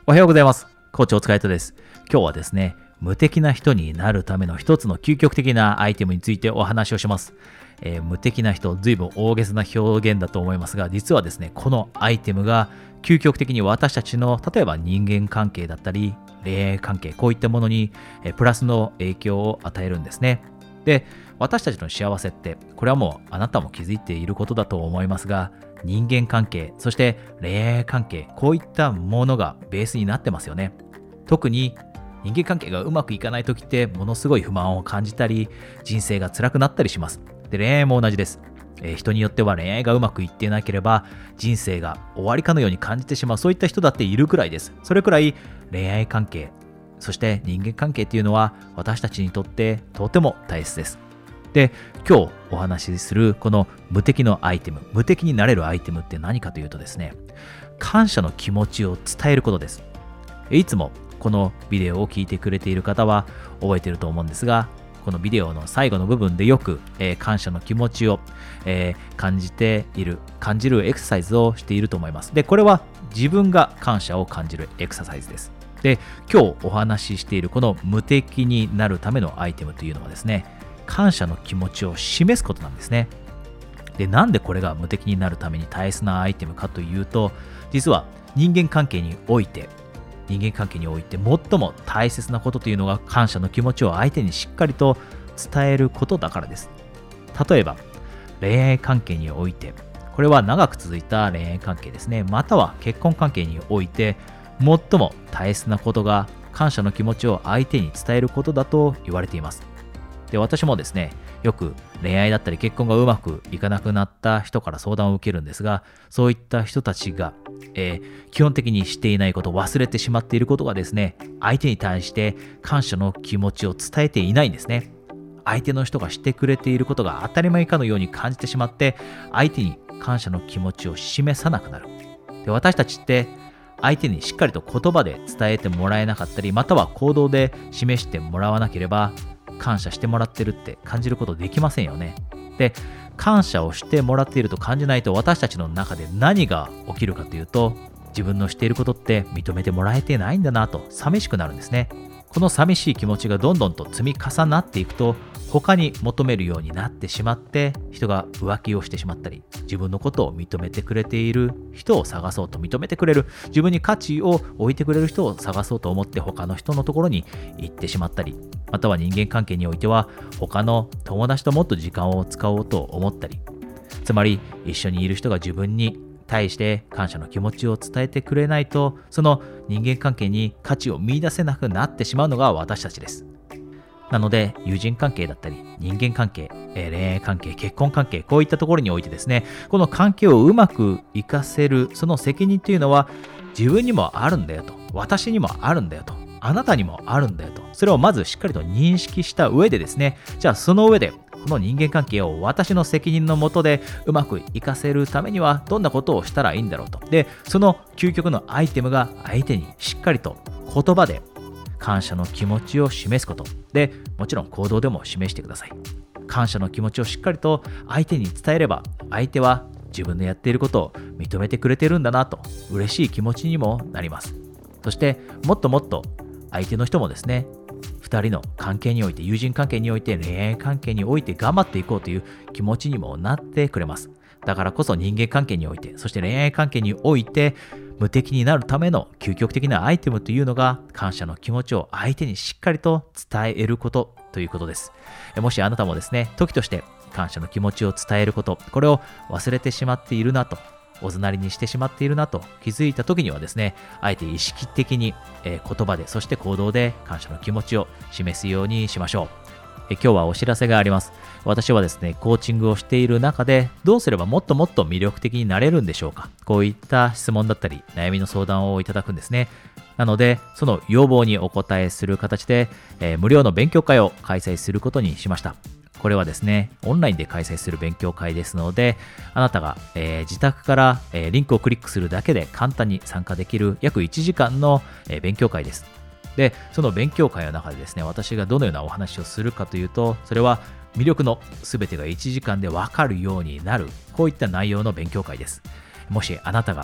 おはようございます。コーチお疲れ様です。今日はですね、無敵な人になるための一つの究極的なアイテムについてお話をします。無敵な人、随分大げさな表現だと思いますが、実はですね、このアイテムが究極的に私たちの例えば人間関係だったり、恋愛関係、こういったものにプラスの影響を与えるんですね。で、私たちの幸せって、これはもうあなたも気づいていることだと思いますが、人間関係、そして恋愛関係、こういったものがベースになってますよね。特に人間関係がうまくいかないときってものすごい不満を感じたり、人生が辛くなったりします。で、恋愛も同じです。人によっては恋愛がうまくいっていなければ人生が終わりかのように感じてしまう、そういった人だっているくらいです。それくらい恋愛関係、そして人間関係っていうのは私たちにとってとても大切です。で、今日お話しするこの無敵のアイテム、無敵になれるアイテムって何かというとですね、感謝の気持ちを伝えることです。いつもこのビデオを聞いてくれている方は覚えていると思うんですが、このビデオの最後の部分でよく、感謝の気持ちを、感じるエクササイズをしていると思います。で、これは自分が感謝を感じるエクササイズです。で、今日お話ししているこの無敵になるためのアイテムというのはですね、感謝の気持ちを示すことなんですね。で、なんでこれが無敵になるために大切なアイテムかというと、実は人間関係において最も大切なことというのが感謝の気持ちを相手にしっかりと伝えることだからです。例えば恋愛関係において、これは長く続いた恋愛関係ですね、または結婚関係において最も大切なことが感謝の気持ちを相手に伝えることだと言われています。で、私もですね、よく恋愛だったり結婚がうまくいかなくなった人から相談を受けるんですが、そういった人たちが、基本的にしていないこと、忘れてしまっていることがですね、相手に対して感謝の気持ちを伝えていないんですね。相手の人がしてくれていることが当たり前かのように感じてしまって、相手に感謝の気持ちを示さなくなる。で、私たちって相手にしっかりと言葉で伝えてもらえなかったり、または行動で示してもらわなければ感謝してもらってるって感じることできませんよね。で、感謝をしてもらっていると感じないと、私たちの中で何が起きるかというと、自分のしていることって認めてもらえてないんだなと寂しくなるんですね。この寂しい気持ちがどんどんと積み重なっていくと、他に求めるようになってしまって、人が浮気をしてしまったり、自分のことを認めてくれている人を探そうと、認めてくれる、自分に価値を置いてくれる人を探そうと思って他の人のところに行ってしまったり、または人間関係においては他の友達ともっと時間を使おうと思ったり、つまり一緒にいる人が自分に対して感謝の気持ちを伝えてくれないと、その人間関係に価値を見出せなくなってしまうのが私たちです。なので、友人関係だったり人間関係、恋愛関係、結婚関係、こういったところにおいてですね、この関係をうまく活かせるその責任というのは自分にもあるんだよと、私にもあるんだよと、あなたにもあるんだよと、それをまずしっかりと認識した上でですね、じゃあその上でこの人間関係を私の責任のもとでうまく活かせるためにはどんなことをしたらいいんだろうと。で、その究極のアイテムが相手にしっかりと言葉で感謝の気持ちを示すことで、もちろん行動でも示してください。感謝の気持ちをしっかりと相手に伝えれば、相手は自分のやっていることを認めてくれてるんだなと嬉しい気持ちにもなります。そしてもっともっと相手の人もですね、2人の関係において、友人関係において、恋愛関係において頑張っていこうという気持ちにもなってくれます。だからこそ人間関係において、そして恋愛関係において無敵になるための究極的なアイテムというのが、感謝の気持ちを相手にしっかりと伝えることということです。もしあなたもですね、時として感謝の気持ちを伝えること、これを忘れてしまっているなと、おざなりにしてしまっているなと気づいた時にはですね、あえて意識的に言葉で、そして行動で感謝の気持ちを示すようにしましょう。今日はお知らせがあります。私はですね、コーチングをしている中で、どうすればもっともっと魅力的になれるんでしょうか。こういった質問だったり悩みの相談をいただくんですね。なので、その要望にお答えする形で、無料の勉強会を開催することにしました。これはですね、オンラインで開催する勉強会ですので、あなたが、自宅から、リンクをクリックするだけで簡単に参加できる約1時間の、勉強会です。で、その勉強会の中でですね、私がどのようなお話をするかというと、それは魅力のすべてが1時間でわかるようになる、こういった内容の勉強会です。もしあなたが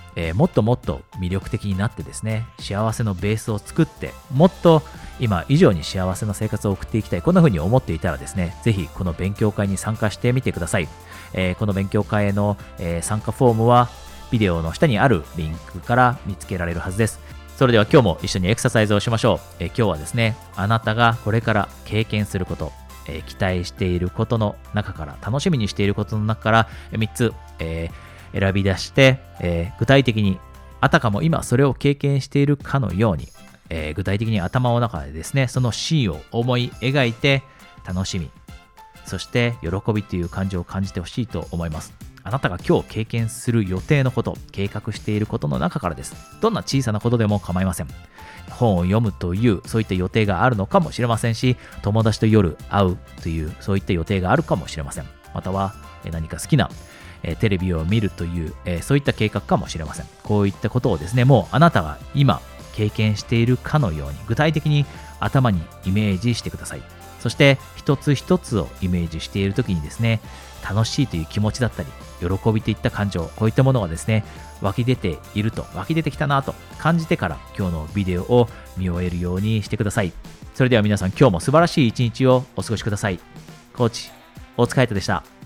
もっともっと魅力的になってですね、幸せのベースを作って、もっと今以上に幸せな生活を送っていきたい、こんな風に思っていたらですね、ぜひこの勉強会に参加してみてください。この勉強会への、参加フォームはビデオの下にあるリンクから見つけられるはずです。それでは今日も一緒にエクササイズをしましょう。今日はですね、あなたがこれから経験すること、期待していることの中から、楽しみにしていることの中から3つ、選び出して、具体的にあたかも今それを経験しているかのように、具体的に頭の中でですね、そのシーンを思い描いて楽しみ、そして喜びという感情を感じてほしいと思います。あなたが今日経験する予定のこと、計画していることの中からです。どんな小さなことでも構いません。本を読むというそういった予定があるのかもしれませんし、友達と夜会うというそういった予定があるかもしれません。または何か好きなテレビを見るという、そういった計画かもしれません。こういったことをですね、もうあなたが今経験しているかのように具体的に頭にイメージしてください。そして一つ一つをイメージしているときにですね、楽しいという気持ちだったり、喜びといった感情、こういったものがですね、湧き出てきたなと感じてから今日のビデオを見終えるようにしてください。それでは皆さん、今日も素晴らしい一日をお過ごしください。コーチ、大塚海人でした。